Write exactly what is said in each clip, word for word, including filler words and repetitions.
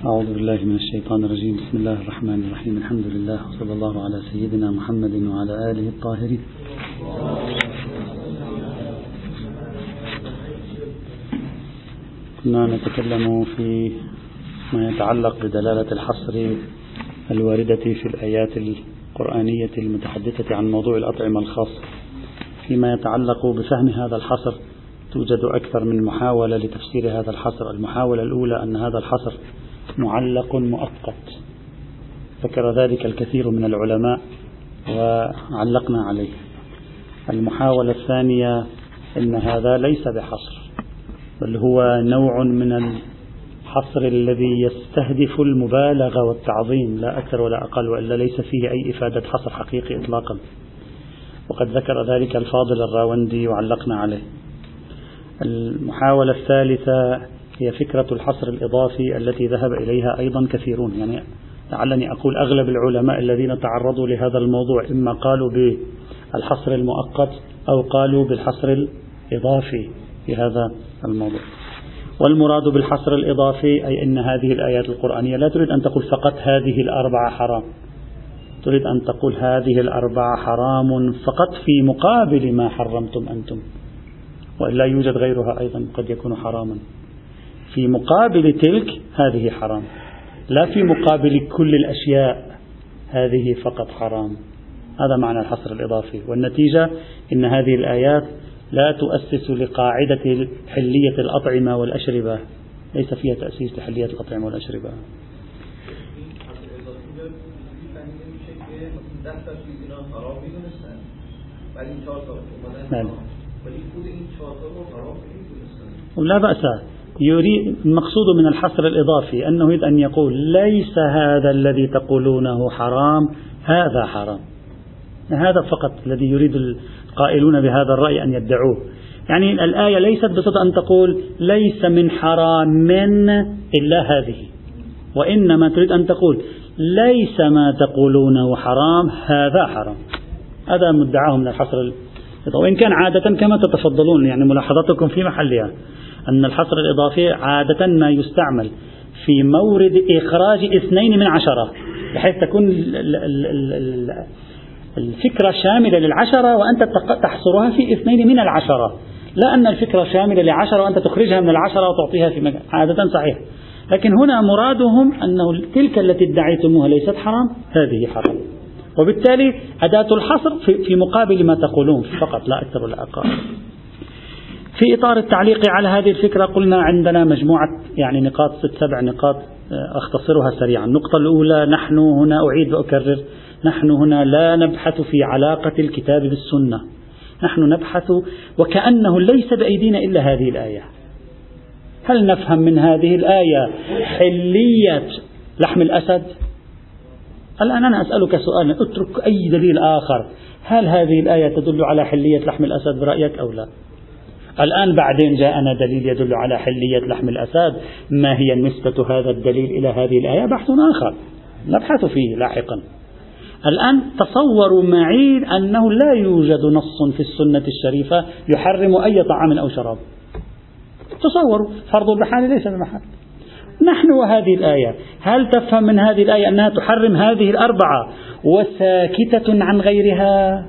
أعوذ بالله من الشيطان الرجيم. بسم الله الرحمن الرحيم. الحمد لله وصلى الله على سيدنا محمد وعلى آله الطاهرين. كنا نتكلم في ما يتعلق بدلالة الحصر الواردة في الآيات القرآنية المتحدثة عن موضوع الأطعمة الخاصة. فيما يتعلق بفهم هذا الحصر توجد أكثر من محاولة لتفسير هذا الحصر. المحاولة الأولى أن هذا الحصر معلق مؤقت، ذكر ذلك الكثير من العلماء وعلقنا عليه. المحاولة الثانية أن هذا ليس بحصر، بل هو نوع من الحصر الذي يستهدف المبالغة والتعظيم لا أكثر ولا أقل، وإلا ليس فيه أي إفادة حصر حقيقي إطلاقا، وقد ذكر ذلك الفاضل الراوندي وعلقنا عليه. المحاولة الثالثة هي فكرة الحصر الإضافي التي ذهب إليها أيضا كثيرون، يعني لعلني أقول أغلب العلماء الذين تعرضوا لهذا الموضوع إما قالوا بالحصر المؤقت أو قالوا بالحصر الإضافي في هذا الموضوع. والمراد بالحصر الإضافي أي أن هذه الآيات القرآنية لا تريد أن تقول فقط هذه الأربعة حرام، تريد أن تقول هذه الأربعة حرام فقط في مقابل ما حرمتم أنتم، وإلا يوجد غيرها أيضا قد يكون حراما. في مقابل تلك هذه حرام، لا في مقابل كل الأشياء هذه فقط حرام. هذا معنى الحصر الإضافي. والنتيجة إن هذه الآيات لا تؤسس لقاعدة حلية الأطعمة والأشربة، ليس فيها تأسيس لحلية الأطعمة والأشربة. لا بأس. يريد المقصود من الحصر الإضافي أنه يريد أن يقول ليس هذا الذي تقولونه حرام، هذا حرام. هذا فقط الذي يريد القائلون بهذا الرأي أن يدعوه. يعني الآية ليست بصدق أن تقول ليس من حرام من إلا هذه، وإنما تريد أن تقول ليس ما تقولونه حرام، هذا حرام. هذا مدعاه من الحصر الإضافي. وإن كان عادة كما تتفضلون، يعني ملاحظتكم في محلها أن الحصر الإضافي عادة ما يستعمل في مورد إخراج اثنين من عشرة، بحيث تكون الفكرة شاملة للعشرة وأنت تحصرها في اثنين من العشرة، لا أن الفكرة شاملة لعشرة وأنت تخرجها من العشرة وتعطيها في مكان. عادة صحيح، لكن هنا مرادهم أنه تلك التي ادعيتموها ليست حرام، هذه حرام، وبالتالي أداة الحصر في مقابل ما تقولون فقط لا أكثر ولا أقل. في إطار التعليق على هذه الفكرة قلنا عندنا مجموعة يعني نقاط، ست سبع نقاط أختصرها سريعا. النقطة الأولى، نحن هنا أعيد وأكرر، نحن هنا لا نبحث في علاقة الكتاب بالسنة، نحن نبحث وكأنه ليس بأيدينا إلا هذه الآية. هل نفهم من هذه الآية حلية لحم الأسد؟ الآن أنا أسألك سؤال، اترك أي دليل آخر، هل هذه الآية تدل على حلية لحم الأسد برأيك أو لا؟ الآن بعدين جاءنا دليل يدل على حلية لحم الأسد، ما هي نسبة هذا الدليل إلى هذه الآية؟ بحث آخر نبحث فيه لاحقا. الآن تصوروا معي أنه لا يوجد نص في السنة الشريفة يحرم أي طعام أو شراب. تصوروا فرض البحال ليس بمحل. نحن وهذه الآية، هل تفهم من هذه الآية أنها تحرم هذه الأربعة وساكتة عن غيرها،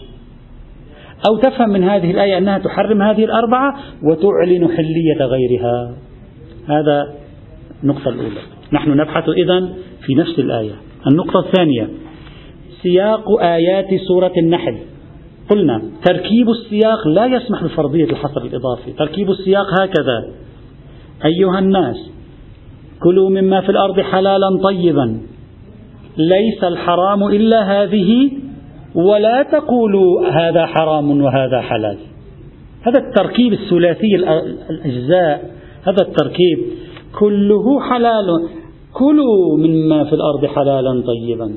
أو تفهم من هذه الآية أنها تحرم هذه الأربعة وتعلن حلية غيرها؟ هذا النقطة الأولى. نحن نبحث إذن في نفس الآية. النقطة الثانية، سياق آيات سورة النحل. قلنا تركيب السياق لا يسمح بفرضية الحصر الإضافي. تركيب السياق هكذا: أيها الناس كلوا مما في الأرض حلالا طيبا، ليس الحرام إلا هذه، ولا تقولوا هذا حرام وهذا حلال. هذا التركيب الثلاثي الأجزاء، هذا التركيب كله حلال. كلوا مما في الأرض حلالا طيبا،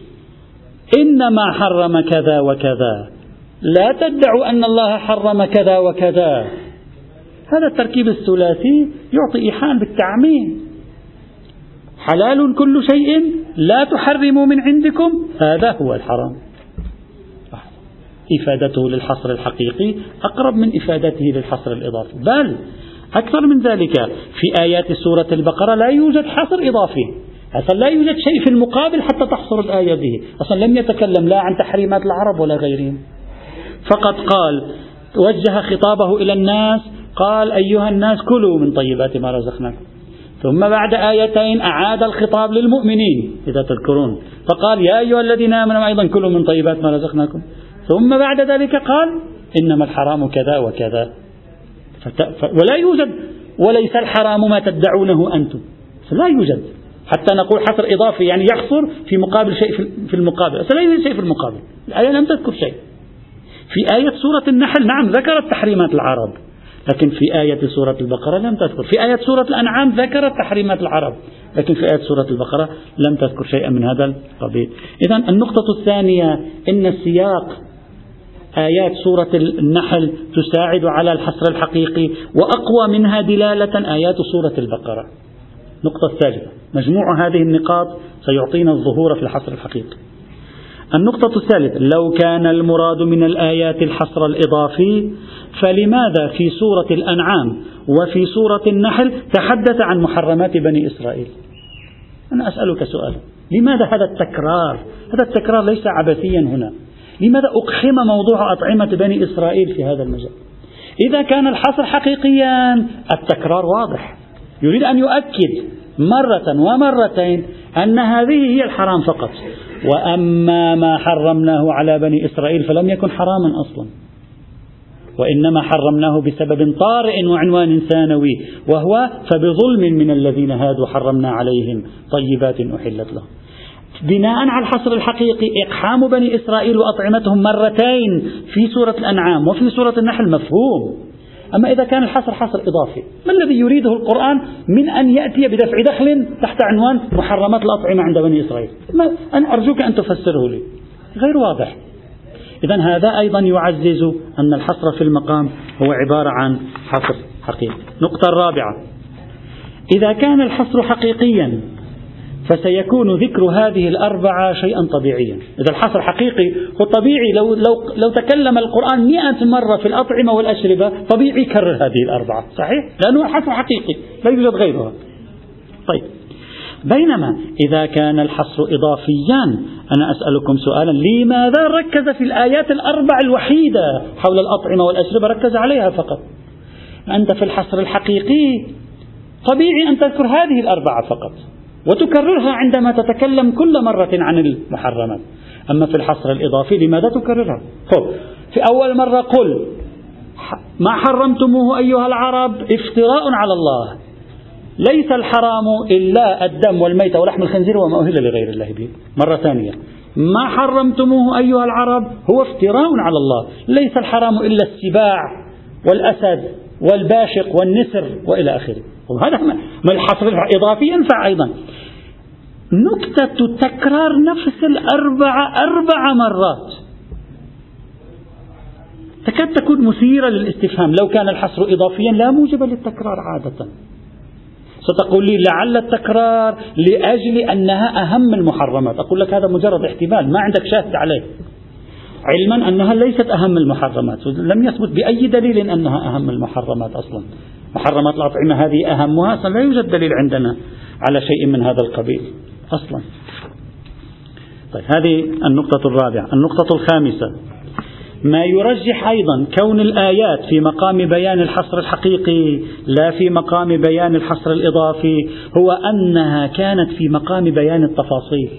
إنما حرم كذا وكذا، لا تدعوا أن الله حرم كذا وكذا. هذا التركيب الثلاثي يعطي إيحاء بالتعميم. حلال كل شيء، لا تحرموا من عندكم، هذا هو الحرام. إفادته للحصر الحقيقي أقرب من إفادته للحصر الإضافي. بل أكثر من ذلك، في آيات سورة البقرة لا يوجد حصر إضافي، أصلا لا يوجد شيء في المقابل حتى تحصر الآية به، أصلا لم يتكلم لا عن تحريمات العرب ولا غيرهم، فقط قال وجه خطابه إلى الناس، قال أيها الناس كلوا من طيبات ما رزقناكم، ثم بعد آيتين أعاد الخطاب للمؤمنين إذا تذكرون، فقال يا أيها الذين آمنوا أيضا كلوا من طيبات ما رزقناكم، ثم بعد ذلك قال إنما الحرام كذا وكذا، فت... ف... ولا يوجد وليس الحرام ما تدعونه أنتم، لا يوجد حتى نقول حصر إضافي يعني يحصر في مقابل شيء في المقابل، لا يوجد شيء في المقابل، الآية لم تذكر شيء. في آية سورة النحل نعم ذكرت تحريمات العرب، لكن في آية سورة البقرة لم تذكر. في آية سورة الأنعام ذكرت تحريمات العرب، لكن في آية سورة البقرة لم تذكر شيئا من هذا القبيل. إذن النقطة الثانية إن السياق آيات سورة النحل تساعد على الحصر الحقيقي، وأقوى منها دلالة آيات سورة البقرة. النقطة الثالثة، مجموع هذه النقاط سيعطينا الظهور في الحصر الحقيقي. النقطة الثالثة، لو كان المراد من الآيات الحصر الإضافي فلماذا في سورة الأنعام وفي سورة النحل تحدث عن محرمات بني إسرائيل؟ أنا أسألك سؤالا، لماذا هذا التكرار؟ هذا التكرار ليس عبثيا هنا، لماذا أقحم موضوع أطعمة بني إسرائيل في هذا المجال؟ إذا كان الحصر حقيقيا التكرار واضح، يريد أن يؤكد مرة ومرتين أن هذه هي الحرام فقط، وأما ما حرمناه على بني إسرائيل فلم يكن حراما أصلا، وإنما حرمناه بسبب طارئ وعنوان ثانوي، وهو فبظلم من الذين هادوا حرمنا عليهم طيبات أحلت لهم. بناء على الحصر الحقيقي إقحام بني إسرائيل وأطعمتهم مرتين في سورة الأنعام وفي سورة النحل مفهوم. أما إذا كان الحصر حصر إضافي، ما الذي يريده القرآن من أن يأتي بدفع دخل تحت عنوان محرمات الأطعمة عند بني إسرائيل؟ ما أنا أرجوك أن تفسره لي، غير واضح. إذن هذا أيضا يعزز أن الحصر في المقام هو عبارة عن حصر حقيقي. النقطة الرابعة، إذا كان الحصر حقيقيا فسيكون ذكر هذه الأربعة شيئا طبيعيا. إذا الحصر حقيقي هو طبيعي، لو, لو, لو تكلم القرآن مئة مرة في الأطعمة والأشربة طبيعي يكرر هذه الأربعة، صحيح؟ لأنه الحصر حقيقي لا يوجد غيرها. طيب، بينما إذا كان الحصر إضافيا أنا أسألكم سؤالا، لماذا ركز في الآيات الأربع الوحيدة حول الأطعمة والأشربة ركز عليها فقط؟ أنت في الحصر الحقيقي طبيعي أن تذكر هذه الأربعة فقط وتكررها عندما تتكلم كل مرة عن المحرمات. أما في الحصر الإضافي لماذا تكررها؟ خب، في أول مرة قل ما حرمتموه أيها العرب افتراء على الله، ليس الحرام إلا الدم والميتة ولحم الخنزير وما أهل لغير الله به. مرة ثانية، ما حرمتموه أيها العرب هو افتراء على الله، ليس الحرام إلا السباع والأسد والباشق والنسر وإلى آخره. وهذا ما الحصر الإضافي ينفع أيضا. نكتة تكرار نفس الأربعة أربع مرات تكاد تكون مثيرة للاستفهام. لو كان الحصر إضافيا لا موجب للتكرار عادة. ستقول لي لعل التكرار لأجل أنها أهم المحرمات، أقول لك هذا مجرد احتمال، ما عندك شاهد عليه، علما أنها ليست أهم المحرمات، لم يثبت بأي دليل أنها أهم المحرمات أصلا. محرمات الأطعمة هذه أهمها، أصلا لا يوجد دليل عندنا على شيء من هذا القبيل أصلا. طيب، هذه النقطة الرابعة. النقطة الخامسة، ما يرجح أيضا كون الآيات في مقام بيان الحصر الحقيقي لا في مقام بيان الحصر الإضافي هو أنها كانت في مقام بيان التفاصيل.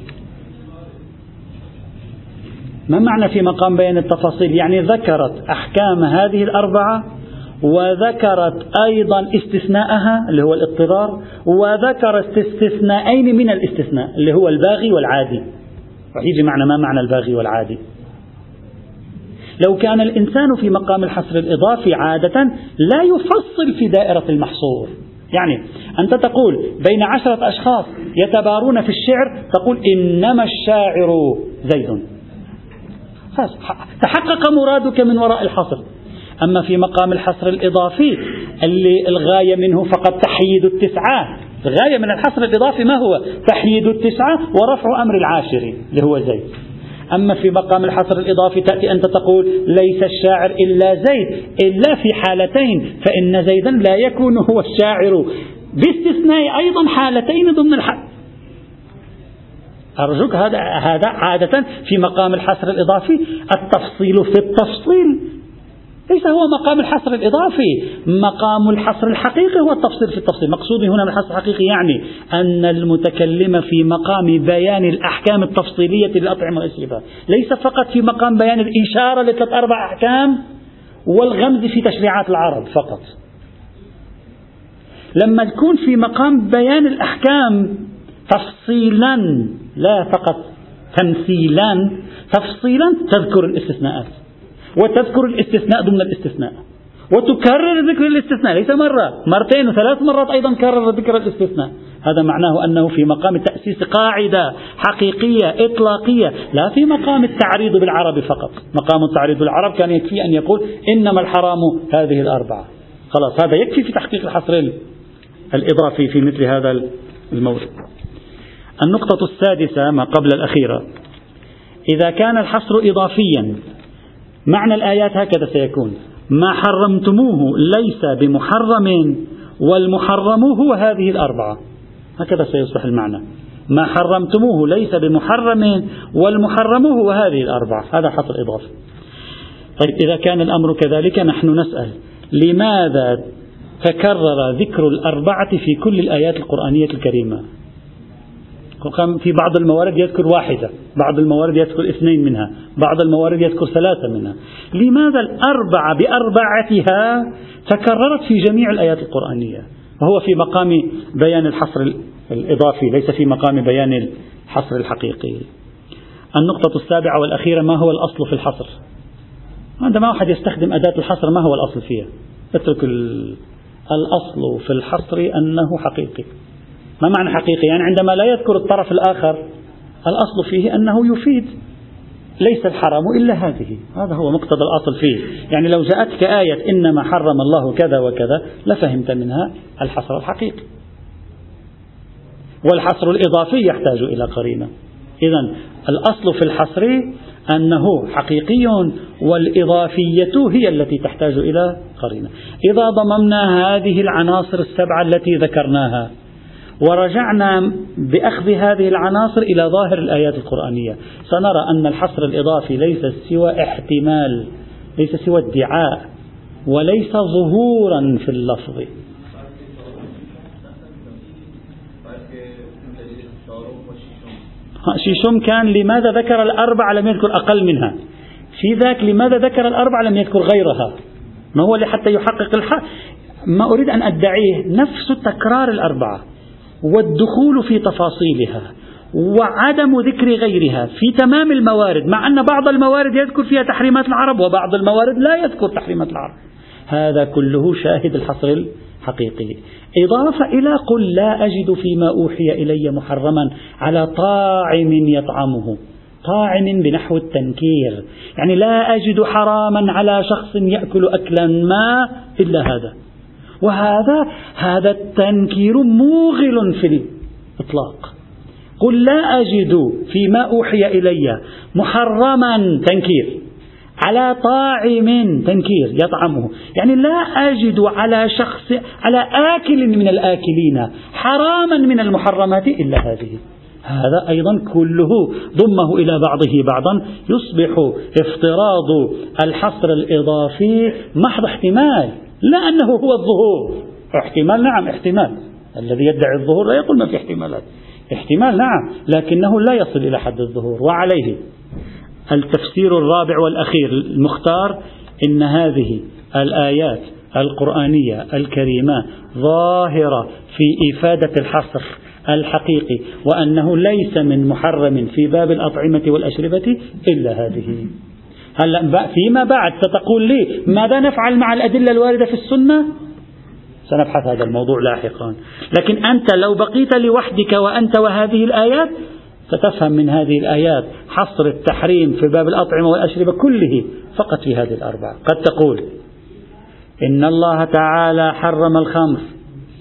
ما معنى في مقام بيان التفاصيل؟ يعني ذكرت أحكام هذه الأربعة وذكرت أيضا استثناءها اللي هو الاضطرار، وذكرت استثناءين من الاستثناء اللي هو الباغي والعادي. راح يجي معنا ما معنى الباغي والعادي. لو كان الإنسان في مقام الحصر الإضافي عادة لا يفصل في دائرة المحصور، يعني أنت تقول بين عشرة أشخاص يتبارون في الشعر تقول إنما الشاعر زيد، تحقق مرادك من وراء الحصر. أما في مقام الحصر الإضافي اللي الغاية منه فقط تحييد التسعة، الغاية من الحصر الإضافي ما هو؟ تحييد التسعة ورفع أمر العاشر اللي هو زيد. أما في مقام الحصر الإضافي تأتي أنت تقول ليس الشاعر إلا زيد، إلا في حالتين، فإن زيدا لا يكون هو الشاعر باستثناء أيضا حالتين ضمن الحد. أرجوك، هذا هذا عادة في مقام الحصر الإضافي التفصيل في التفصيل، ليس هو مقام الحصر الإضافي. مقام الحصر الحقيقي هو التفصيل في التفصيل. مقصودي هنا بالحصر الحقيقي يعني أن المتكلم في مقام بيان الأحكام التفصيلية للأطعمة والأشربة، ليس فقط في مقام بيان الإشارة لثلاث أربع أحكام والغمز في تشريعات العرب فقط. لما تكون في مقام بيان الأحكام تفصيلا لا فقط تمثيلا، تفصيلا تذكر الاستثناءات وتذكر الاستثناء ضمن الاستثناء وتكرر ذكر الاستثناء، ليس مرة مرتين وثلاث مرات أيضا كرر ذكر الاستثناء. هذا معناه أنه في مقام تأسيس قاعدة حقيقية إطلاقية، لا في مقام التعريض بالعرب فقط. مقام التعريض بالعرب كان يكفي أن يقول إنما الحرام هذه الأربعة، خلاص هذا يكفي في تحقيق الحصر الإضافي في مثل هذا الموضوع. النقطة السادسة ما قبل الأخيرة، إذا كان الحصر إضافيا معنى الآيات هكذا سيكون: ما حرمتموه ليس بمحرم والمحرم هو هذه الأربعة، هكذا سيصبح المعنى: ما حرمتموه ليس بمحرم والمحرم هو هذه الأربعة، هذا حصر إضافي. طيب إذا كان الأمر كذلك نحن نسأل: لماذا تكرر ذكر الأربعة في كل الآيات القرآنية الكريمة؟ في بعض الموارد يذكر واحدة، بعض الموارد يذكر اثنين منها، بعض الموارد يذكر ثلاثة منها. لماذا الأربعة بأربعتها تكررت في جميع الآيات القرآنية وهو في مقام بيان الحصر الإضافي ليس في مقام بيان الحصر الحقيقي؟ النقطة السابعة والأخيرة: ما هو الأصل في الحصر؟ عندما واحد يستخدم أداة الحصر ما هو الأصل فيها؟ اترك الأصل في الحصر أنه حقيقي. ما معنى حقيقي؟ يعني عندما لا يذكر الطرف الآخر الأصل فيه أنه يفيد ليس الحرام إلا هذه، هذا هو مقتضى الأصل فيه. يعني لو جاءتك آية إنما حرم الله كذا وكذا لفهمت منها الحصر الحقيقي، والحصر الإضافي يحتاج إلى قرينة. إذن الأصل في الحصر أنه حقيقي والإضافية هي التي تحتاج إلى قرينة. إذا ضممنا هذه العناصر السبعة التي ذكرناها ورجعنا بأخذ هذه العناصر إلى ظاهر الآيات القرآنية سنرى أن الحصر الإضافي ليس سوى احتمال، ليس سوى ادعاء، وليس ظهورا في اللفظ. شيشم كان لماذا ذكر الأربع لم يذكر أقل منها؟ في ذاك لماذا ذكر الأربع لم يذكر غيرها؟ ما هو حتى يحقق الحق. ما أريد أن أدعيه نفس تكرار الأربعة والدخول في تفاصيلها وعدم ذكر غيرها في تمام الموارد، مع أن بعض الموارد يذكر فيها تحريمات العرب وبعض الموارد لا يذكر تحريمات العرب. هذا كله شاهد الحصر الحقيقي. إضافة إلى قل لا أجد فيما أوحي إلي محرما على طاعم يطعمه، طاعم بنحو التنكير، يعني لا أجد حراما على شخص يأكل أكلا ما إلا هذا، وهذا هذا التنكير موغل في الإطلاق. قل لا أجد فيما أوحي إلي محرما تنكير، على طاعم تنكير يطعمه، يعني لا أجد على شخص على آكل من الآكلين حراما من المحرمات إلا هذه. هذا أيضا كله ضمه إلى بعضه بعضا يصبح افتراض الحصر الإضافي محض احتمال، لا أنه هو الظهور. احتمال نعم احتمال، الذي يدعي الظهور لا يقول ما في احتمالات، احتمال نعم لكنه لا يصل إلى حد الظهور. وعليه التفسير الرابع والأخير المختار إن هذه الآيات القرآنية الكريمة ظاهرة في إفادة الحصر الحقيقي، وأنه ليس من محرم في باب الأطعمة والأشربة إلا هذه. هلا فيما بعد ستقول لي ماذا نفعل مع الأدلة الواردة في السنة؟ سنبحث هذا الموضوع لاحقا، لكن أنت لو بقيت لوحدك وأنت وهذه الآيات ستفهم من هذه الآيات حصر التحريم في باب الأطعمة والأشربة كله فقط في هذه الأربعة. قد تقول إن الله تعالى حرم الخمر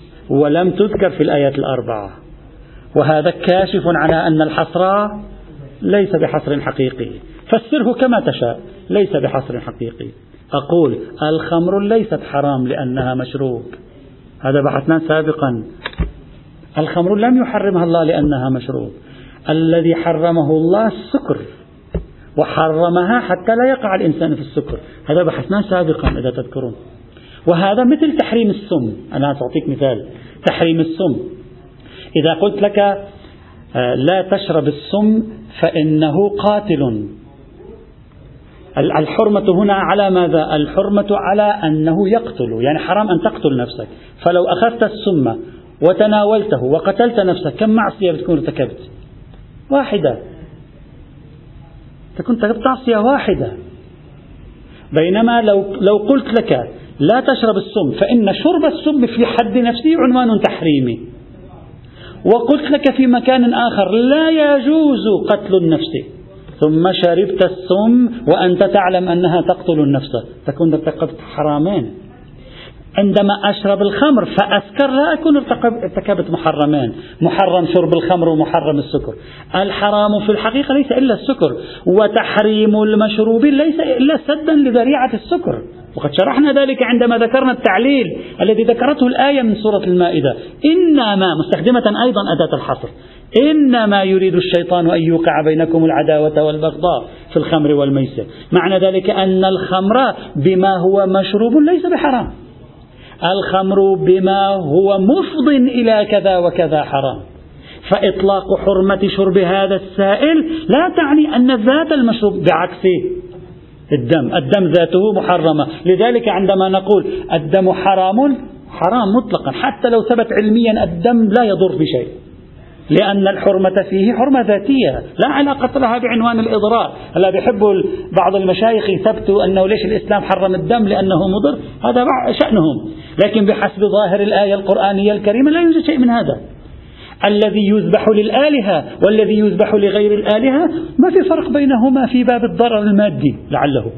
ولم تذكر في الآيات الأربعة، وهذا كاشف على أن الحصر ليس بحصر حقيقي. فسره كما تشاء، ليس بحصر حقيقي. أقول الخمر ليست حرام لأنها مشروب، هذا بحثنا سابقا. الخمر لم يحرمها الله لأنها مشروب، الذي حرمه الله السكر، وحرمها حتى لا يقع الإنسان في السكر، هذا بحثنا سابقا إذا تذكرون. وهذا مثل تحريم السم. أنا سأعطيك مثال تحريم السم. إذا قلت لك لا تشرب السم فإنه قاتل، الحرمة هنا على ماذا؟ الحرمة على أنه يقتل، يعني حرام أن تقتل نفسك. فلو أخذت السم وتناولته وقتلت نفسك، كم معصية بتكون ارتكبت؟ واحدة، تكون ارتكبت معصية واحدة. بينما لو لو قلت لك لا تشرب السم فإن شرب السم في حد نفسه عنوان تحريمي، وقلت لك في مكان آخر لا يجوز قتل النفس، ثم شربت السم وأنت تعلم أنها تقتل النفس، تكون ارتكبت حرامين. عندما أشرب الخمر فأسكر لا أكون ارتكبت محرمين، محرم شرب الخمر ومحرم السكر. الحرام في الحقيقة ليس إلا السكر، وتحريم المشروب ليس إلا سدا لذريعة السكر، وقد شرحنا ذلك عندما ذكرنا التعليل الذي ذكرته الآية من سورة المائدة. إنما مستخدمة أيضا أداة الحصر، إنما يريد الشيطان أن يوقع بينكم العداوة والبغضاء في الخمر والميسر. معنى ذلك أن الخمر بما هو مشروب ليس بحرام، الخمر بما هو مفض إلى كذا وكذا حرام. فإطلاق حرمة شرب هذا السائل لا تعني أن ذات المشروب، بعكس الدم، الدم ذاته محرمة. لذلك عندما نقول الدم حرام، حرام مطلقا، حتى لو ثبت علميا الدم لا يضر بشيء، لأن الحرمة فيه حرمة ذاتية لا علاقة لها بعنوان الإضرار. هلا بيحب بعض المشايخ يثبتوا أنه ليش الإسلام حرم الدم لأنه مضر، هذا شأنهم، لكن بحسب ظاهر الآية القرآنية الكريمة لا يوجد شيء من هذا. الذي يذبح للآلهة والذي يذبح لغير الآلهة ما في فرق بينهما في باب الضرر المادي لعله،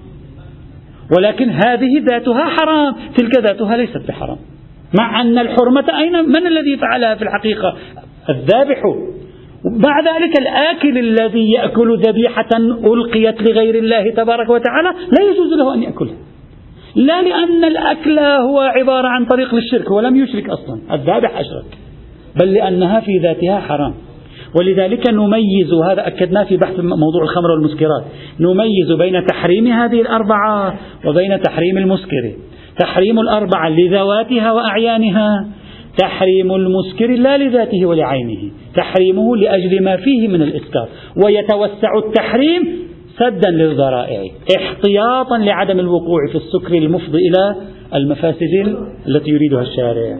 ولكن هذه ذاتها حرام، تلك ذاتها ليست بحرام، مع أن الحرمة أين من الذي فعلها في الحقيقة؟ الذابح. مع ذلك الآكل الذي يأكل ذبيحة ألقيت لغير الله تبارك وتعالى لا يجوز له أن يأكلها، لا لأن الأكل هو عبارة عن طريق للشرك، ولم يشرك أصلا، الذابح أشرك، بل لأنها في ذاتها حرام. ولذلك نميز، هذا أكدناه في بحث موضوع الخمر والمسكرات، نميز بين تحريم هذه الأربعة وبين تحريم المسكر. تحريم الأربعة لذواتها وأعيانها، تحريم المسكر لا لذاته ولعينه، تحريمه لأجل ما فيه من الإسكار، ويتوسع التحريم سدا للذرائع احتياطا لعدم الوقوع في السكر المفضي إلى المفاسد التي يريدها الشارع.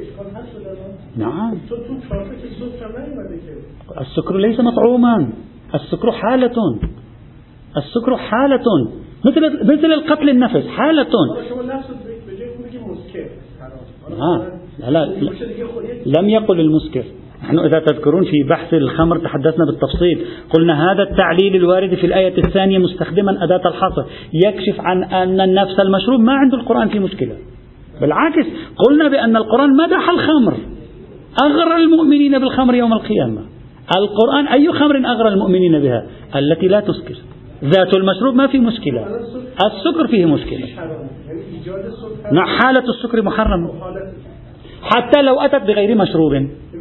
نعم، السكر ليس مطعوما، السكر حالة، السكر حالة مثل مثل القتل النفس، حالة. آه. لا, لا, لا لم يقل المسكر. نحن إذا تذكرون في بحث الخمر تحدثنا بالتفصيل، قلنا هذا التعليل الوارد في الآية الثانية مستخدما أداة الحصر يكشف عن أن النفس المشروب ما عند القرآن في مشكلة، بالعكس قلنا بأن القرآن مدح الخمر، أغرى المؤمنين بالخمر يوم القيامة. القرآن أي خمر أغرى المؤمنين بها؟ التي لا تسكر، ذات المشروب ما في مشكلة، السكر فيه مشكلة. نعم، حالة السكر محرم حتى لو أتت بغير مشروب.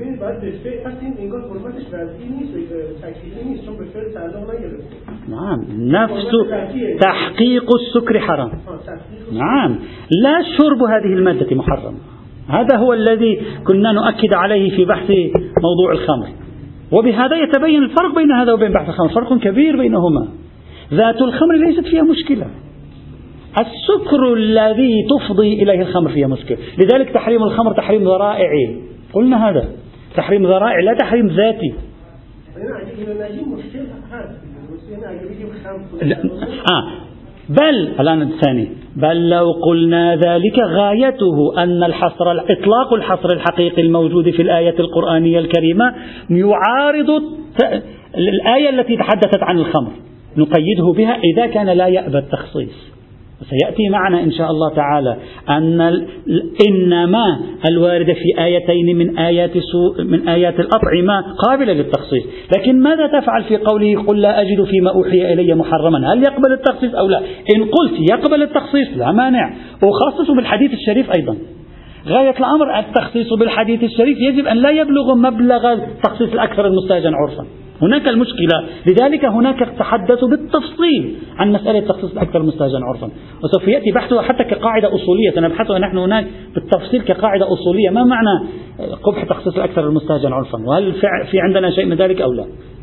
نعم، نفس تحقيق السكر حرام. نعم، لا شرب هذه المادة محرم. هذا هو الذي كنا نؤكد عليه في بحث موضوع الخمر، وبهذا يتبين الفرق بين هذا وبين بحث الخمر، فرق كبير بينهما. ذات الخمر ليست فيها مشكلة، السكر الذي تفضي إليه الخمر فيها مشكلة. لذلك تحريم الخمر تحريم ذرائعي، قلنا هذا تحريم ذرائع لا تحريم ذاتي. آه بل الآن الثاني، بل لو قلنا ذلك غايته أن الحصر، إطلاق الحصر الحقيقي الموجود في الآية القرآنية الكريمة يعارض الآية التي تحدثت عن الخمر، نقيده بها إذا كان لا يأبى التخصيص. وسيأتي معنا إن شاء الله تعالى أن إنما الواردة في آيتين من آيات سوء من آيات الأطعمة قابلة للتخصيص، لكن ماذا تفعل في قوله قل لا أجد فيما أوحي إلي محرما؟ هل يقبل التخصيص أو لا؟ إن قلت يقبل التخصيص لا مانع، وخصصه بالحديث الشريف أيضا. غاية الأمر التخصيص بالحديث الشريف يجب أن لا يبلغ مبلغ التخصيص الأكثر المستهجن عرفا، هناك المشكلة. لذلك هناك تحدث بالتفصيل عن مسألة التخصيص الأكثر مستهجن عرفا، وسوف يأتي بحثها حتى كقاعدة أصولية سنبحثها نحن هناك بالتفصيل كقاعدة أصولية. ما معنى قبح تخصيص الأكثر المستهجن عرفا، وهل في عندنا شيء من ذلك أو لا؟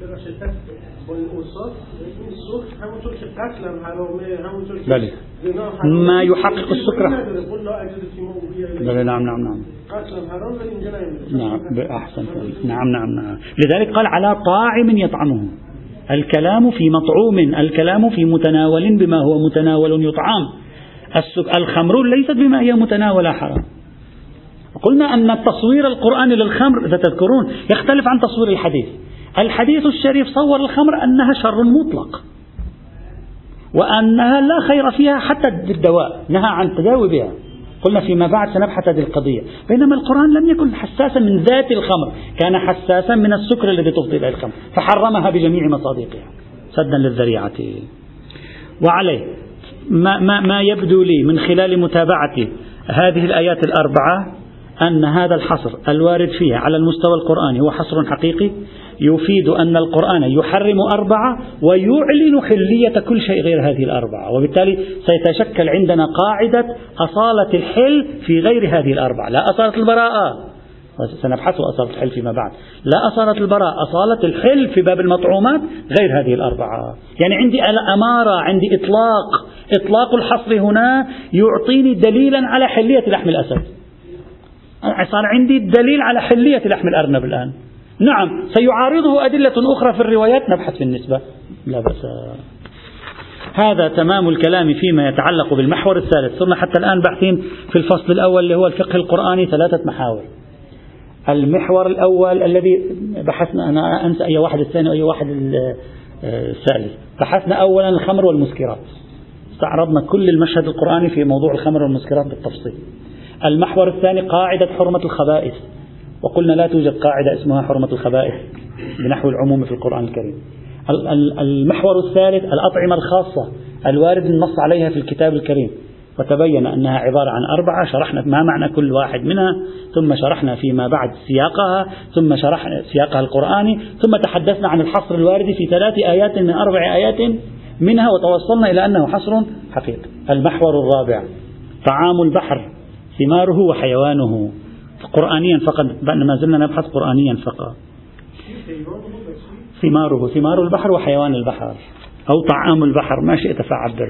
بلى ما يحقق السكر. بلى نعم نعم نعم نعم أحسن نعم نعم نعم لذلك قال على طاعم يطعمه. الكلام في مطعوم، الكلام في متناول بما هو متناول يطعم. الخمر ليست بما هي متناولة حرام. قلنا أن التصوير القرآني للخمر إذا تذكرون يختلف عن تصوير الحديث. الحديث الشريف صور الخمر أنها شر مطلق، وأنها لا خير فيها حتى بالدواء، نهى عن التداوي بها. قلنا فيما بعد سنبحث هذه القضية. بينما القرآن لم يكن حساسا من ذات الخمر، كان حساسا من السكر الذي تفضي إلى الخمر، فحرمها بجميع مصادقها سدا للذريعة. وعليه ما, ما, ما يبدو لي من خلال متابعة هذه الآيات الأربعة أن هذا الحصر الوارد فيها على المستوى القرآني هو حصر حقيقي يفيد أن القرآن يحرم أربعة ويعلن حلية كل شيء غير هذه الأربعة، وبالتالي سيتشكل عندنا قاعدة أصالة الحل في غير هذه الأربعة، لا أصالة البراءة، سنبحث أصالة الحل فيما بعد، لا أصالة البراءة، أصالة الحل في باب المطعومات غير هذه الأربعة. يعني عندي أمارة، عندي إطلاق، إطلاق الحصر هنا يعطيني دليلا على حلية لحم الأسد، صار عندي دليل على حلية لحم الأرنب الآن. نعم سيعارضه أدلة أخرى في الروايات نبحث في النسبة، لا بأس. هذا تمام الكلام فيما يتعلق بالمحور الثالث. ثم حتى الآن باحثين في الفصل الأول اللي هو الفقه القرآني ثلاثة محاور. المحور الأول الذي بحثنا، أنا أنسى أي واحد الثاني أي واحد الثالث. بحثنا أولا الخمر والمسكرات، استعرضنا كل المشهد القرآني في موضوع الخمر والمسكرات بالتفصيل. المحور الثاني قاعدة حرمة الخبائث، وقلنا لا توجد قاعدة اسمها حرمة الخبائث بنحو العموم في القرآن الكريم. المحور الثالث الأطعمة الخاصة الوارد النص عليها في الكتاب الكريم، وتبين أنها عبارة عن أربعة، شرحنا ما معنى كل واحد منها، ثم شرحنا فيما بعد سياقها، ثم شرحنا سياقها القرآني، ثم تحدثنا عن الحصر الوارد في ثلاث آيات من أربع آيات منها، وتوصلنا إلى أنه حصر حقيقي. المحور الرابع طعام البحر ثماره وحيوانه، قرآنيا فقط، ما زلنا نبحث قرآنيا فقط. ثماره، ثمار البحر وحيوان البحر أو طعام البحر، ما شئت فعبر.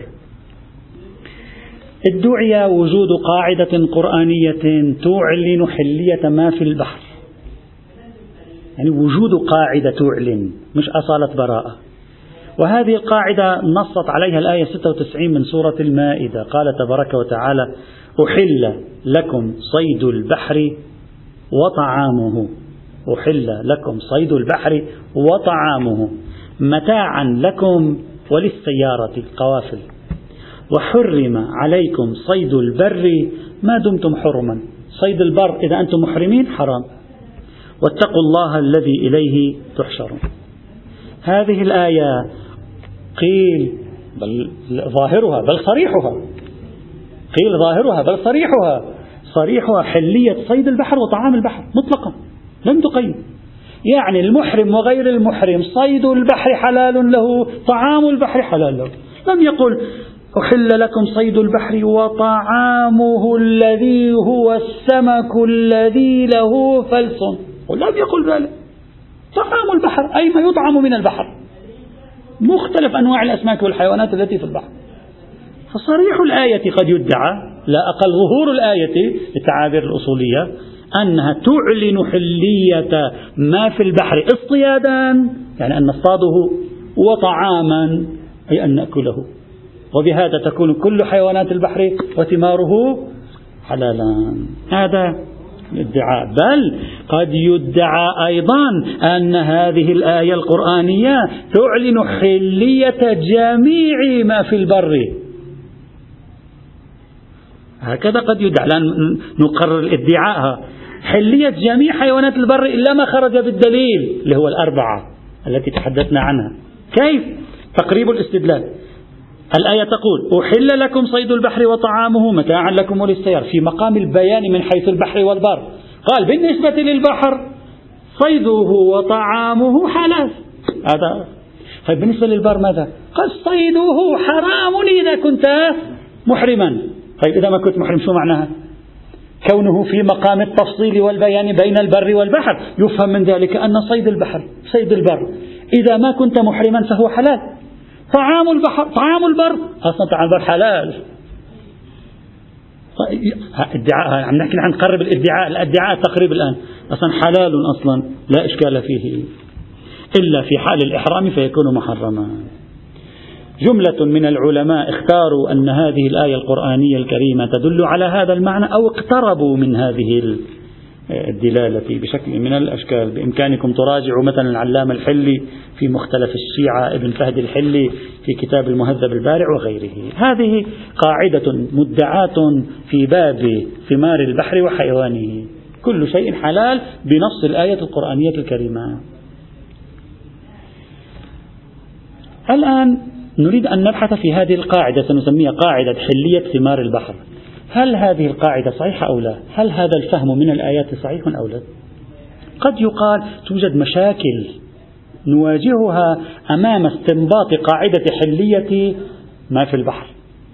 ادعي وجود قاعدة قرآنية تعلن حلية ما في البحر، يعني وجود قاعدة تعلن مش أصالة براءة. وهذه القاعدة نصت عليها الآية ستة وتسعين من سورة المائدة، قال تبارك وتعالى أحل لكم صيد البحر وطعامه، أحل لكم صيد البحر وطعامه متاعا لكم وللسيارة القوافل، وحرم عليكم صيد البر ما دمتم حرما. صيد البر إذا أنتم محرمين حرام، واتقوا الله الذي إليه تحشرون. هذه الآية قيل بل ظاهرها بل صريحها، قيل ظاهرها بل صريحها، صريحها حلية صيد البحر وطعام البحر مطلقا لم تقيد. يعني المحرم وغير المحرم صيد البحر حلال له، طعام البحر حلال له. لم يقل أحل لكم صيد البحر وطعامه الذي هو السمك الذي له فلس، ولم يقل ذلك. طعام البحر أي ما يطعم من البحر، مختلف أنواع الأسماك والحيوانات التي في البحر. فصريح الآية قد يدعى، لا أقل ظهور الآية للتعابير الأصولية، أنها تعلن حلية ما في البحر اصطيادا، يعني أن نصطاده، وطعاما أي أن نأكله، وبهذا تكون كل حيوانات البحر وثماره حلالا. هذا الادعاء. بل قد يدعى أيضا أن هذه الآية القرآنية تعلن حلية جميع ما في البر، هكذا قد يدعى. لا نقرر الادعاء حلية جميع حيوانات البر إلا ما خرج بالدليل اللي هو الأربعة التي تحدثنا عنها. كيف؟ تقريب الاستدلال. الآية تقول أحل لكم صيد البحر وطعامه متاعا لكم وللسيارة، في مقام البيان من حيث البحر والبر. قال بالنسبة للبحر صيده وطعامه حلال، هذا. طيب بالنسبة للبر ماذا؟ قال صيده حرام إذا كنت محرما. طيب إذا ما كنت محرم شو معناها؟ كونه في مقام التفصيل والبيان بين البر والبحر يفهم من ذلك أن صيد البحر صيد البر إذا ما كنت محرما فهو حلال. طعام البحر طعام البر أصلا طعام البر حلال. ادعاء عم نحكي عن قرب الادعاء الادعاء التقريب الآن أصلا حلال أصلا لا إشكال فيه إلا في حال الإحرام فيكون محرما. جملة من العلماء اختاروا أن هذه الآية القرآنية الكريمة تدل على هذا المعنى أو اقتربوا من هذه الدلالة بشكل من الأشكال. بإمكانكم تراجعوا مثلا العلامة الحلي في مختلف الشيعة، ابن فهد الحلي في كتاب المهذب البارع وغيره. هذه قاعدة مدعاة في باب ثمار البحر وحيوانه، كل شيء حلال بنص الآية القرآنية الكريمة. الآن نريد أن نبحث في هذه القاعدة، سنسميها قاعدة حلية ثمار البحر. هل هذه القاعدة صحيحة أو لا؟ هل هذا الفهم من الآيات صحيح أو لا؟ قد يقال توجد مشاكل نواجهها أمام استنباط قاعدة حلية ما في البحر.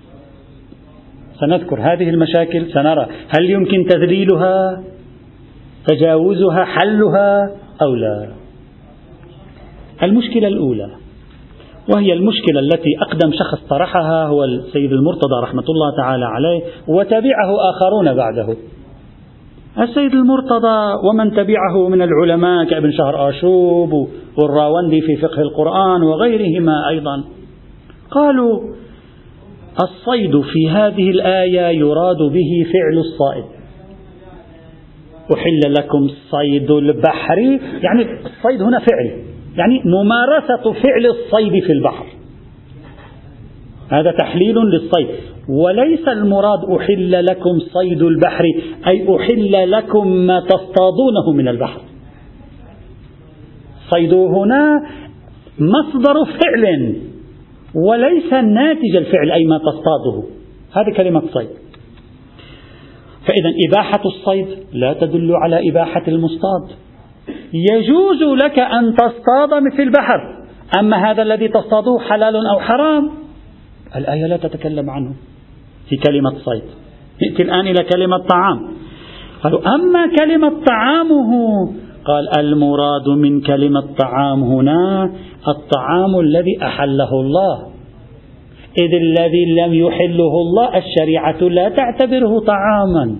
سنذكر هذه المشاكل، سنرى هل يمكن تذليلها، تجاوزها، حلها أو لا. المشكلة الأولى وهي المشكلة التي أقدم شخص طرحها هو السيد المرتضى رحمة الله تعالى عليه، وتبعه آخرون بعده. السيد المرتضى ومن تبعه من العلماء كابن شهر آشوب والراوندي في فقه القرآن وغيرهما أيضا قالوا الصيد في هذه الآية يراد به فعل الصائد. أحل لكم صيد البحر، يعني الصيد هنا فعل، يعني ممارسة فعل الصيد في البحر، هذا تحليل للصيد. وليس المراد أحل لكم صيد البحر أي أحل لكم ما تصطادونه من البحر. صيد هنا مصدر فعل وليس ناتج الفعل أي ما تصطاده، هذه كلمة صيد. فإذا إباحة الصيد لا تدل على إباحة المصطاد. يجوز لك أن تصطاد في البحر، أما هذا الذي تصطاده حلال أو حرام الآية لا تتكلم عنه في كلمة صيد. نأتي الآن إلى كلمة طعام. قالوا أما كلمة طعامه، قال المراد من كلمة طعام هنا الطعام الذي أحله الله، إذ الذي لم يحله الله الشريعة لا تعتبره طعاما،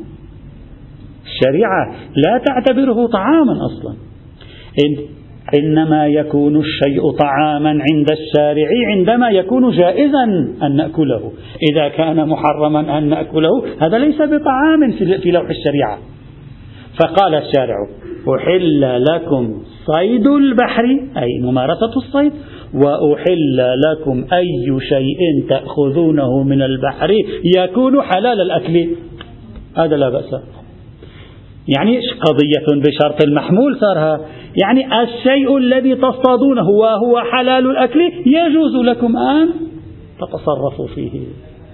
الشريعة لا تعتبره طعاما أصلا. إن إنما يكون الشيء طعاما عند الشارع عندما يكون جائزا أن نأكله، إذا كان محرما أن نأكله هذا ليس بطعام في لوح الشريعة. فقال الشارع أحل لكم صيد البحر أي ممارسة الصيد، وأحل لكم أي شيء تأخذونه من البحر يكون حلال الأكل، هذا لا بأس. يعني قضية بشرط المحمول صارها، يعني الشيء الذي تصطادونه وهو حلال الأكل يجوز لكم أن تتصرفوا فيه،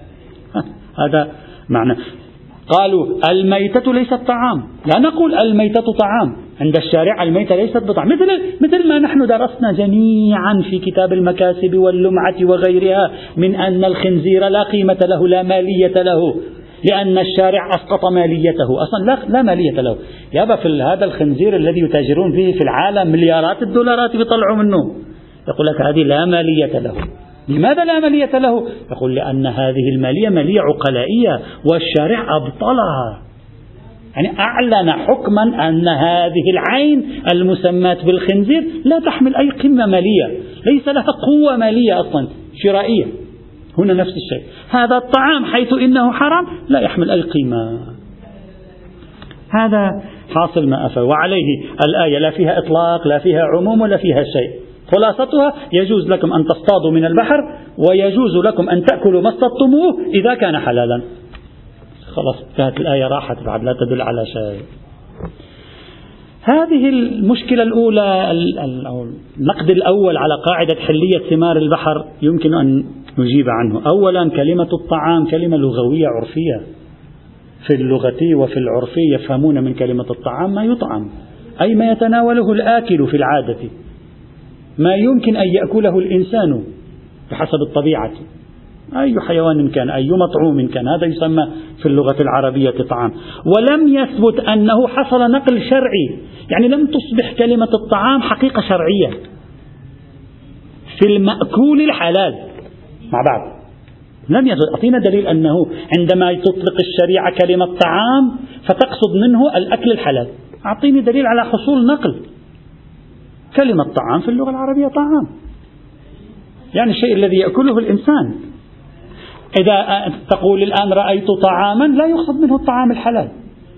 هذا معنى. قالوا الميتة ليست طعام، لا نقول الميتة طعام، عند الشارع الميتة ليست بطعام، مثل مثل ما نحن درسنا جميعا في كتاب المكاسب واللمعة وغيرها من أن الخنزير لا قيمة له لا مالية له، لأن الشارع أسقط ماليته أصلا، لا, لا مالية له. يابا في هذا الخنزير الذي يتاجرون به في العالم مليارات الدولارات بيطلعوا منه، يقول لك هذه لا مالية له. لماذا لا مالية له؟ يقول لأن هذه المالية مالية عقلائية والشارع أبطلها، يعني أعلن حكما أن هذه العين المسماة بالخنزير لا تحمل أي قيمة مالية، ليس لها قوة مالية أصلا شرائية. هنا نفس الشيء، هذا الطعام حيث إنه حرام لا يحمل أي قيمة. هذا حاصل ما أفى، وعليه الآية لا فيها إطلاق لا فيها عموم ولا فيها شيء. خلاصتها يجوز لكم أن تصطادوا من البحر ويجوز لكم أن تأكلوا ما اصطادتموه إذا كان حلالا. خلاص انتهت الآية راحت بعد لا تدل على شيء. هذه المشكلة الأولى، أو النقد الأول على قاعدة حلية ثمار البحر يمكن أن نجيب عنه. أولا كلمة الطعام كلمة لغوية عرفية، في اللغة وفي العرف يفهمون من كلمة الطعام ما يطعم، أي ما يتناوله الآكل في العادة، ما يمكن أن يأكله الإنسان بحسب الطبيعة، أي حيوان كان، أي مطعوم كان، هذا يسمى في اللغة العربية طعام. ولم يثبت أنه حصل نقل شرعي، يعني لم تصبح كلمة الطعام حقيقة شرعية في المأكول الحلال مع بعض. لم يثبت. أعطينا دليل أنه عندما تطلق الشريعة كلمة طعام فتقصد منه الأكل الحلال. أعطيني دليل على حصول نقل. كلمة طعام في اللغة العربية طعام، يعني الشيء الذي يأكله الإنسان. إذا تقول الآن رأيت طعاما لا يقصد منه الطعام الحلال.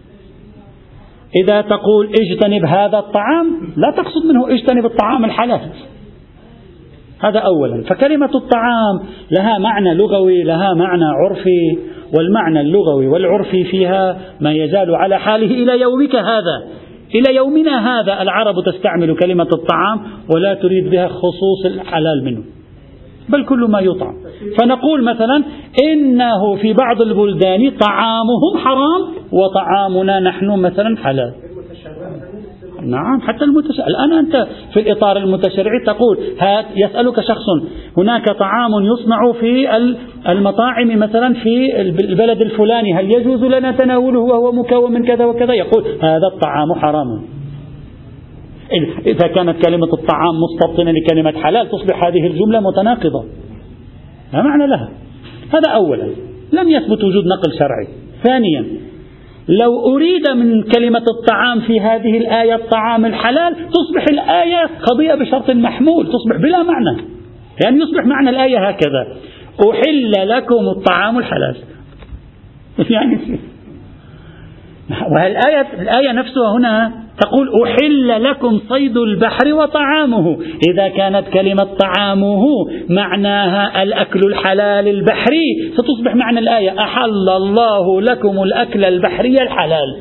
إذا تقول اجتنب هذا الطعام لا تقصد منه اجتنب الطعام الحلال. هذا أولا. فكلمة الطعام لها معنى لغوي، لها معنى عرفي، والمعنى اللغوي والعرفي فيها ما يزال على حاله إلى يومك هذا، إلى يومنا هذا العرب تستعمل كلمة الطعام ولا تريد بها خصوص الحلال منه، بل كل ما يطعم. فنقول مثلا إنه في بعض البلدان طعامهم حرام وطعامنا نحن مثلا حلال. نعم، حتى المتشرع. الآن أنت في الإطار المتشرعي تقول هات، يسألك شخص هناك طعام يصنع في المطاعم مثلا في البلد الفلاني، هل يجوز لنا تناوله وهو مكون من كذا وكذا؟ يقول هذا الطعام حرام. إذا كانت كلمة الطعام مستبطنة لكلمة حلال تصبح هذه الجملة متناقضة، لا معنى لها. هذا أولا، لم يثبت وجود نقل شرعي. ثانيا، لو أريد من كلمة الطعام في هذه الآية الطعام الحلال تصبح الآية قضية بشرط محمول، تصبح بلا معنى. يعني يصبح معنى الآية هكذا: أحل لكم الطعام الحلال. يعني والآية الآية نفسها هنا تقول أحل لكم صيد البحر وطعامه. إذا كانت كلمة طعامه معناها الأكل الحلال البحري ستصبح معنى الآية أحل الله لكم الأكل البحري الحلال.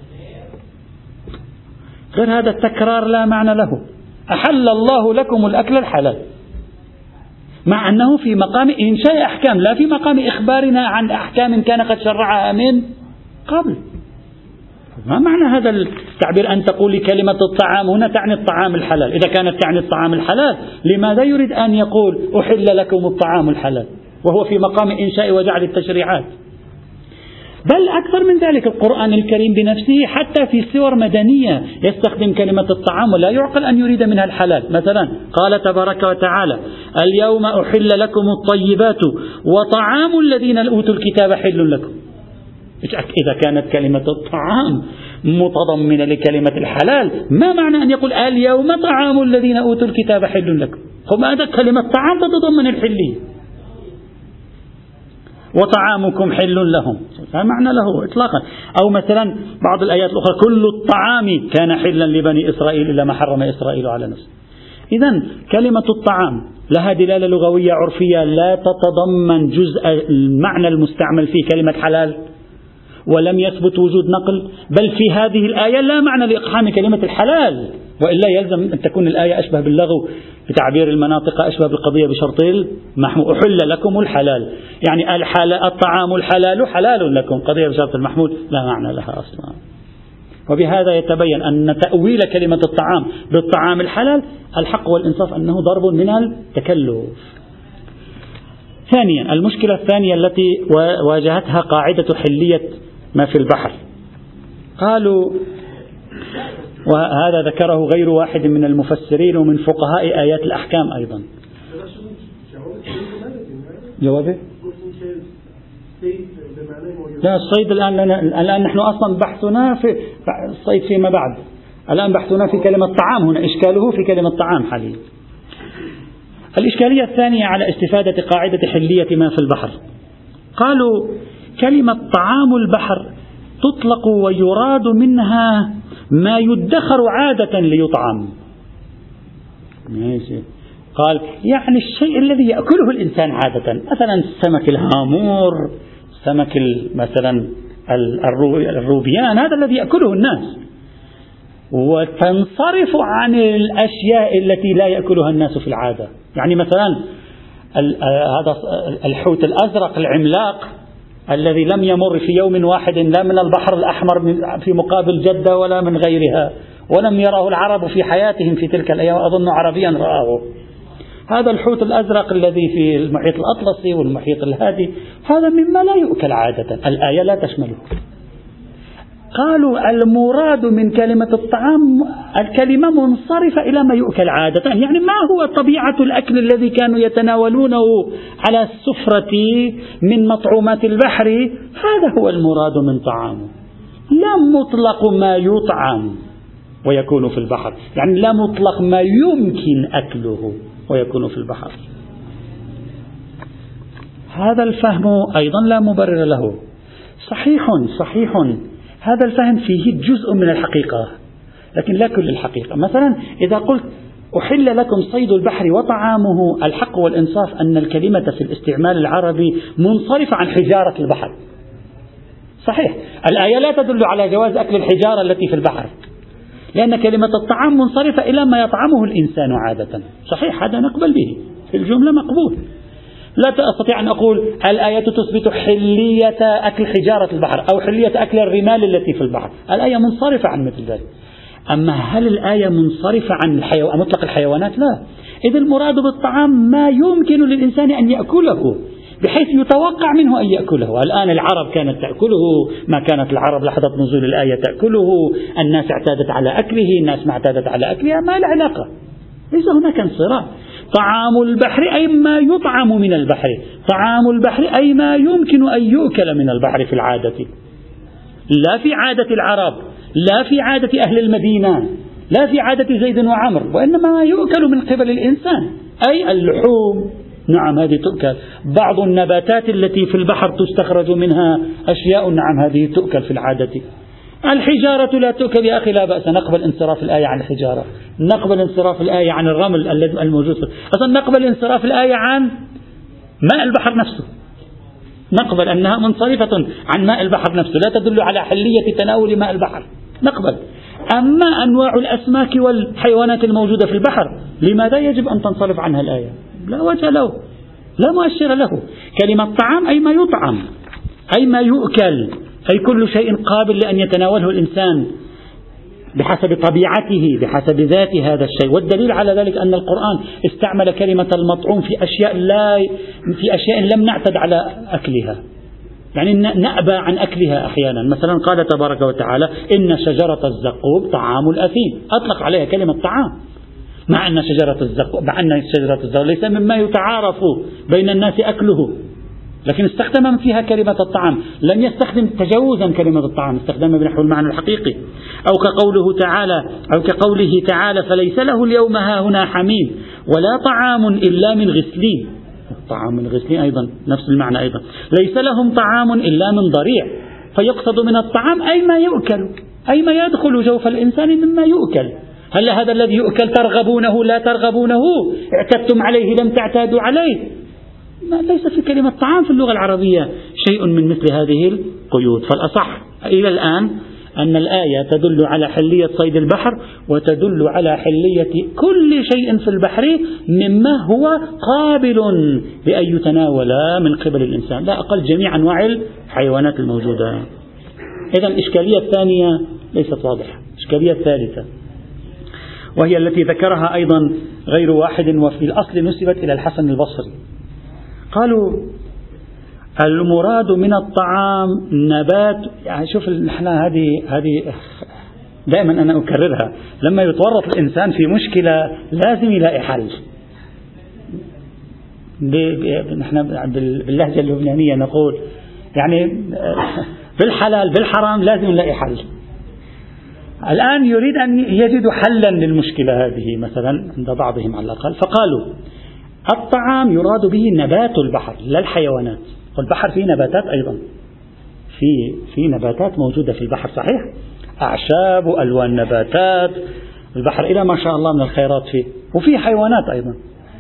غير هذا التكرار لا معنى له. أحل الله لكم الأكل الحلال، مع أنه في مقام إنشاء أحكام لا في مقام إخبارنا عن أحكام كان قد شرعها من قبل. ما معنى هذا التعبير أن تقولي كلمة الطعام هنا تعني الطعام الحلال؟ إذا كانت تعني الطعام الحلال لماذا يريد أن يقول أحل لكم الطعام الحلال وهو في مقام إنشاء وجعل التشريعات؟ بل أكثر من ذلك، القرآن الكريم بنفسه حتى في سور مدنية يستخدم كلمة الطعام ولا يعقل أن يريد منها الحلال. مثلا قال تبارك وتعالى اليوم أحل لكم الطيبات وطعام الذين أوتوا الكتاب حل لكم. إذا كانت كلمة الطعام متضمنة لكلمة الحلال ما معنى أن يقول اليوم طعام الذين أوتوا الكتاب حل لكم؟ هم هذا كلمة طعام تتضمن الحلية، وطعامكم حل لهم لا معنى له إطلاقا. أو مثلا بعض الآيات الأخرى كل الطعام كان حلا لبني إسرائيل إلا ما حرم إسرائيل على نفسه. إذن كلمة الطعام لها دلالة لغوية عرفية لا تتضمن جزء المعنى المستعمل فيه كلمة حلال، ولم يثبت وجود نقل. بل في هذه الآية لا معنى لإقحام كلمة الحلال، وإلا يلزم أن تكون الآية أشبه باللغو بتعبير المناطق، أشبه بالقضية بشرط المحمول. أحل لكم الحلال يعني الحلال الطعام الحلال حلال لكم، قضية بشرط المحمول لا معنى لها أصلا. وبهذا يتبين أن تأويل كلمة الطعام بالطعام الحلال الحق والإنصاف أنه ضرب من التكلف. ثانيا، المشكلة الثانية التي واجهتها قاعدة حلية ما في البحر، قالوا، وهذا ذكره غير واحد من المفسرين ومن فقهاء آيات الأحكام أيضا. جوابه؟ لا، الصيد الآن لنا الآن نحن أصلا بحثنا في الصيد فيما بعد، الآن بحثنا في كلمة طعام، هنا إشكاله في كلمة طعام حاليا. الإشكالية الثانية على استفادة قاعدة حلية ما في البحر، قالوا كلمة طعام البحر تطلق ويراد منها ما يدخر عادة ليطعم. قال يعني الشيء الذي يأكله الإنسان عادة، مثلا السمك الهامور، سمك مثلا الروبيان هذا الذي يأكله الناس، وتنصرف عن الأشياء التي لا يأكلها الناس في العادة. يعني مثلا هذا الحوت الأزرق العملاق الذي لم يمر في يوم واحد لا من البحر الأحمر في مقابل جدة ولا من غيرها، ولم يره العرب في حياتهم في تلك الأيام، أظن عربيا رآه. هذا الحوت الأزرق الذي في المحيط الأطلسي والمحيط الهادي هذا مما لا يؤكل عادة، الآية لا تشمله. قالوا المراد من كلمة الطعام الكلمة منصرفة إلى ما يؤكل عادة، يعني ما هو طبيعة الأكل الذي كانوا يتناولونه على السفرة من مطعومات البحر، هذا هو المراد من طعامه، لا مطلق ما يطعم ويكون في البحر، يعني لا مطلق ما يمكن أكله ويكون في البحر. هذا الفهم أيضا لا مبرر له. صحيح صحيح هذا الفهم فيه جزء من الحقيقة لكن لا كل الحقيقة. مثلا إذا قلت أحل لكم صيد البحر وطعامه، الحق والإنصاف أن الكلمة في الاستعمال العربي منصرفة عن حجارة البحر. صحيح الآية لا تدل على جواز أكل الحجارة التي في البحر، لأن كلمة الطعام منصرفة إلى ما يطعمه الإنسان عادة. صحيح هذا نقبل به في الجملة مقبول. لا أستطيع أن أقول الآية تثبت حلية أكل حجارة البحر أو حلية أكل الرمال التي في البحر، الآية منصرفة عن مثل ذلك. أما هل الآية منصرفة عن الحيو... مطلق الحيوانات؟ لا. إذ المراد بالطعام ما يمكن للإنسان أن يأكله بحيث يتوقع منه أن يأكله. الآن العرب كانت تأكله، ما كانت العرب لحظة نزول الآية تأكله، الناس اعتادت على أكله، الناس ما اعتادت على أكلها، ما له علاقة، ليس هناك انصراف. طعام البحر أي ما يطعم من البحر، طعام البحر أي ما يمكن أن يؤكل من البحر في العادة، لا في عادة العرب، لا في عادة أهل المدينة، لا في عادة زيد وعمر، وإنما ما يؤكل من قبل الإنسان، أي اللحوم. نعم هذه تؤكل. بعض النباتات التي في البحر تستخرج منها أشياء، نعم هذه تؤكل في العادة. الحجارة لا تؤكل يا أخي، لا بأس، نقبل انصراف الآية عن الحجارة، نقبل انصراف الآية عن الرمل الموجود، أصلا نقبل انصراف الآية عن ماء البحر نفسه، نقبل أنها منصرفة عن ماء البحر نفسه، لا تدل على حلية تناول ماء البحر، نقبل. أما أنواع الأسماك والحيوانات الموجودة في البحر لماذا يجب أن تنصرف عنها الآية؟ لا وجه له، لا مؤشر له. كلمة طعام أي ما يطعم، أي ما يؤكل، أي كل شيء قابل لأن يتناوله الإنسان بحسب طبيعته، بحسب ذات هذا الشيء. والدليل على ذلك أن القرآن استعمل كلمة المطعوم في أشياء لا في أشياء لم نعتد على أكلها، يعني نأبى عن أكلها أحيانا. مثلا قال تبارك وتعالى إن شجرة الزقوم طعام الأثيم، أطلق عليها كلمة طعام، مع أن شجرة الزقوم مع أن شجرة الزقوم ليس مما يتعارف بين الناس أكله، لكن استخدم فيها كلمة الطعام، لم يستخدم تجاوزا كلمة الطعام، استخدمها بنحو المعنى الحقيقي. أو كقوله تعالى أو كقوله تعالى فليس له اليوم هاهنا حميم ولا طعام إلا من غسلين، طعام من غسلين أيضا نفس المعنى أيضا، ليس لهم طعام إلا من ضريع، فيقصد من الطعام أي ما يؤكل، أي ما يدخل جوف الإنسان مما يؤكل. هل هذا الذي يؤكل ترغبونه لا ترغبونه، اعتدتم عليه لم تعتادوا عليه؟ ما ليس في كلمة طعام في اللغة العربية شيء من مثل هذه القيود. فالأصح إلى الآن أن الآية تدل على حلية صيد البحر وتدل على حلية كل شيء في البحر مما هو قابل بأن يتناول من قبل الإنسان، لا أقل جميع أنواع الحيوانات الموجودة. إذن الإشكالية الثانية ليست واضحة. الإشكالية الثالثة وهي التي ذكرها أيضا غير واحد وفي الأصل نسبت إلى الحسن البصري. قالوا المراد من الطعام نبات، يعني شوف نحن هذه هذه دائما أنا أكررها، لما يتورط الإنسان في مشكلة لازم يلاقي حل. نحن باللهجة اللبنانية نقول يعني بالحلال بالحرام لازم نلاقي حل. الآن يريد أن يجدوا حلا للمشكلة هذه مثلا عند بعضهم على الأقل، فقالوا الطعام يراد به نبات البحر لا الحيوانات، والبحر فيه نباتات أيضا، في في نباتات موجودة في البحر صحيح، أعشاب وألوان نباتات، البحر إلى ما شاء الله من الخيرات فيه، وفيه حيوانات أيضا.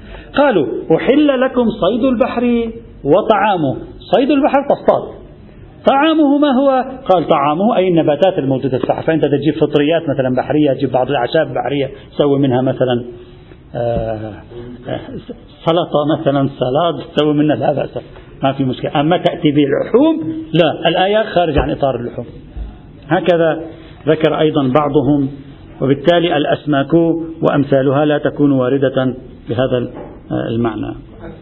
قالوا أحل لكم صيد البحر وطعامه، صيد البحر تصطاد، طعامه ما هو؟ قال طعامه أي النباتات الموجودة في البحر. فأنت تجيب فطريات مثلا بحرية، تجيب بعض الأعشاب البحرية تسوي منها مثلا آه آه سلطة مثلا سلاد تسوي منها، لا بأس، ما في مشكلة. أما تأتي باللحوم لا، الآية خارج عن إطار اللحوم. هكذا ذكر أيضا بعضهم. وبالتالي الأسماك وأمثالها لا تكون واردة بهذا المعنى.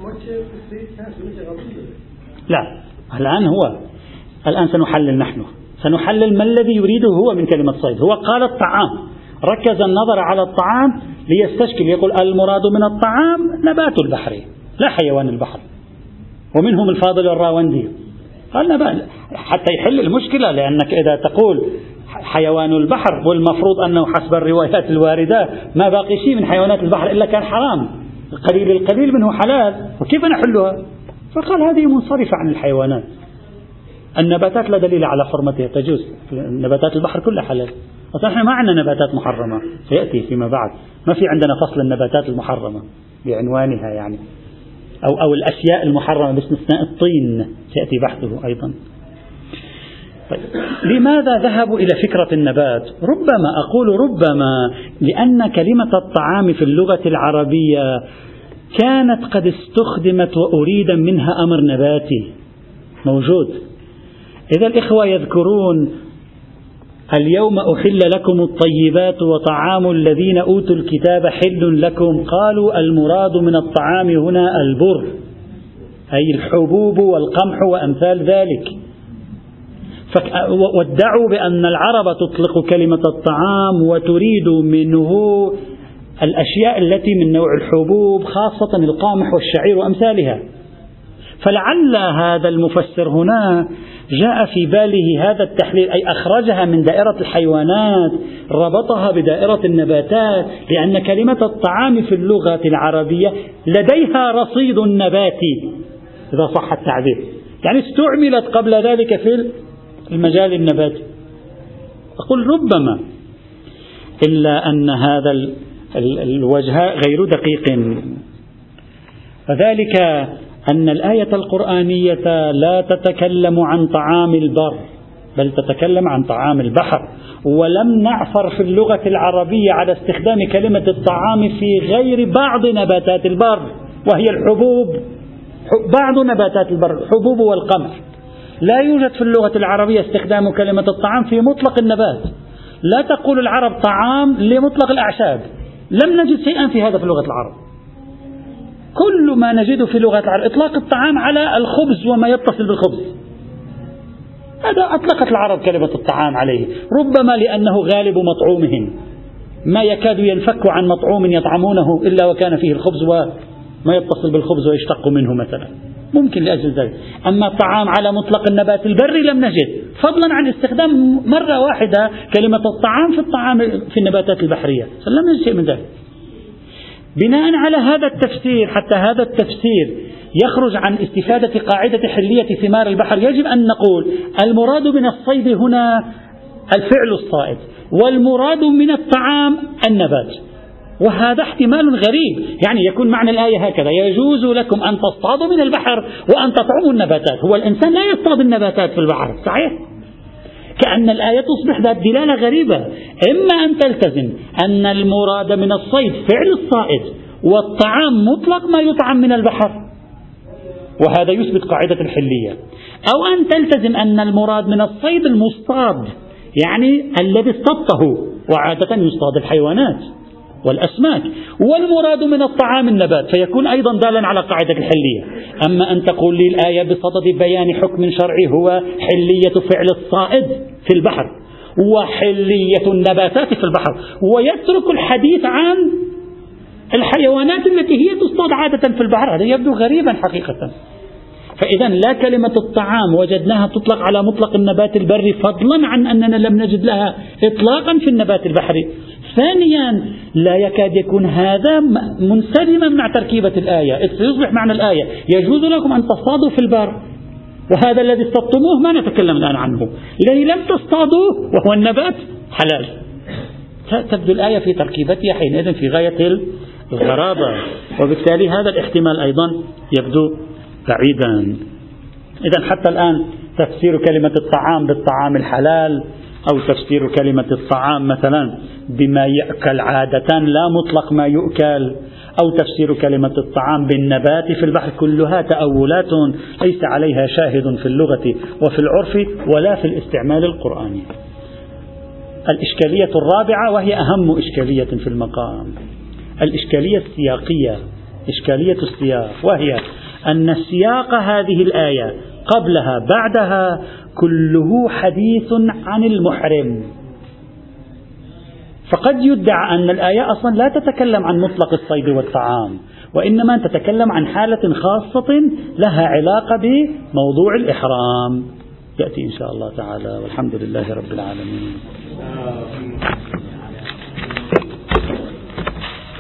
لا، الآن هو الآن سنحلل نحن سنحلل ما الذي يريده هو من كلمة صيد. هو قال الطعام، ركز النظر على الطعام ليستشكل، يقول المراد من الطعام نبات البحر لا حيوان البحر، ومنهم الفاضل الراوندي قال نبات، حتى يحل المشكلة. لأنك إذا تقول حيوان البحر والمفروض أنه حسب الروايات الواردة ما باقي شيء من حيوانات البحر إلا كان حرام، القليل القليل منه حلال، وكيف نحلها؟ فقال هذه منصرفة عن الحيوانات. النباتات لا دليل على حرمتها، تجوز، نباتات البحر كلها حلال. نحن ما عندنا نباتات محرمة، سيأتي فيما بعد، ما في عندنا فصل النباتات المحرمة بعنوانها يعني، أو أو الأشياء المحرمة باستثناء الطين سيأتي بحثه أيضا. طيب، لماذا ذهبوا إلى فكرة النبات؟ ربما أقول ربما لأن كلمة الطعام في اللغة العربية كانت قد استخدمت وأريد منها أمر نباتي موجود. إذا الإخوة يذكرون اليوم أحل لكم الطيبات وطعام الذين أوتوا الكتاب حل لكم، قالوا المراد من الطعام هنا البر أي الحبوب والقمح وأمثال ذلك، وادعوا بأن العرب تطلق كلمة الطعام وتريد منه الأشياء التي من نوع الحبوب، خاصة القمح والشعير وأمثالها. فلعل هذا المفسر هنا جاء في باله هذا التحليل، أي أخرجها من دائرة الحيوانات ربطها بدائرة النباتات، لأن كلمة الطعام في اللغة العربية لديها رصيد نباتي إذا صح التعبير، يعني استعملت قبل ذلك في المجال النباتي. أقول ربما، إلا أن هذا الوجه غير دقيق، وذلك أن الآية القرآنية لا تتكلم عن طعام البر بل تتكلم عن طعام البحر، ولم نعثر في اللغة العربية على استخدام كلمة الطعام في غير بعض نباتات البر وهي الحبوب، بعض نباتات البر الحبوب والقمح. لا يوجد في اللغة العربية استخدام كلمة الطعام في مطلق النبات. لا تقول العرب طعام لمطلق الأعشاب، لم نجد شيئا في هذا في لغة العرب. كل ما نجده في لغة العرب إطلاق الطعام على الخبز وما يتصل بالخبز، هذا أطلقت العرب كلمة الطعام عليه، ربما لأنه غالب مطعومهم، ما يكاد ينفك عن مطعوم يطعمونه إلا وكان فيه الخبز وما يتصل بالخبز ويشتق منه مثلا، ممكن لأجل ذلك. أما الطعام على مطلق النبات البري لم نجد، فضلا عن استخدام مرة واحدة كلمة الطعام في الطعام في النباتات البحرية، لم نجد شيء من ذلك. بناء على هذا التفسير، حتى هذا التفسير يخرج عن استفادة قاعدة حلية ثمار البحر، يجب أن نقول المراد من الصيد هنا الفعل الصائد، والمراد من الطعام النبات. وهذا احتمال غريب، يعني يكون معنى الآية هكذا: يجوز لكم أن تصطادوا من البحر وأن تطعموا النباتات. هو الإنسان لا يصطاد النباتات في البحر، صحيح؟ كأن الآية تصبح ذات دلالة غريبة، إما أن تلتزم أن المراد من الصيد فعل الصائد والطعام مطلق ما يطعم من البحر، وهذا يثبت قاعدة الحلية، أو أن تلتزم أن المراد من الصيد المصطاد، يعني الذي اصطادته، وعادة يصطاد الحيوانات والأسماك، والمراد من الطعام النبات، فيكون أيضا دالا على قاعدة الحلية. أما أن تقول لي الآية بصدد بيان حكم شرعي هو حلية فعل الصائد في البحر وحلية النباتات في البحر، ويترك الحديث عن الحيوانات التي هي تصطاد عادة في البحر، هذا يبدو غريبا حقيقة. فإذا لا كلمة الطعام وجدناها تطلق على مطلق النبات البري، فضلا عن أننا لم نجد لها إطلاقا في النبات البحري. ثانيا، لا يكاد يكون هذا منسجما مع تركيبة الآية، سيصبح معنى الآية يجوز لكم أن تصطادوا في البر، وهذا الذي اصطدتموه ما نتكلم الآن عنه، الذي لم تصطادوه وهو النبات حلال. تبدو الآية في تركيبتها حينئذ في غاية الغرابة، وبالتالي هذا الاحتمال أيضا يبدو بعيدا. إذا حتى الآن تفسير كلمة الطعام بالطعام الحلال، أو تفسير كلمة الطعام مثلا بما يأكل عادة لا مطلق ما يؤكل، أو تفسير كلمة الطعام بالنبات في البحر، كلها تأولات ليس عليها شاهد في اللغة وفي العرف ولا في الاستعمال القرآني. الإشكالية الرابعة وهي أهم إشكالية في المقام، الإشكالية السياقية، إشكالية السياق، وهي أن سياق هذه الآية قبلها بعدها كله حديث عن المحرم، فقد يدعى أن الآية أصلا لا تتكلم عن مطلق الصيد والطعام، وإنما تتكلم عن حالة خاصة لها علاقة بموضوع الإحرام. يأتي إن شاء الله تعالى، والحمد لله رب العالمين.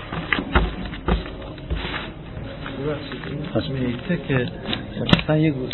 Acho que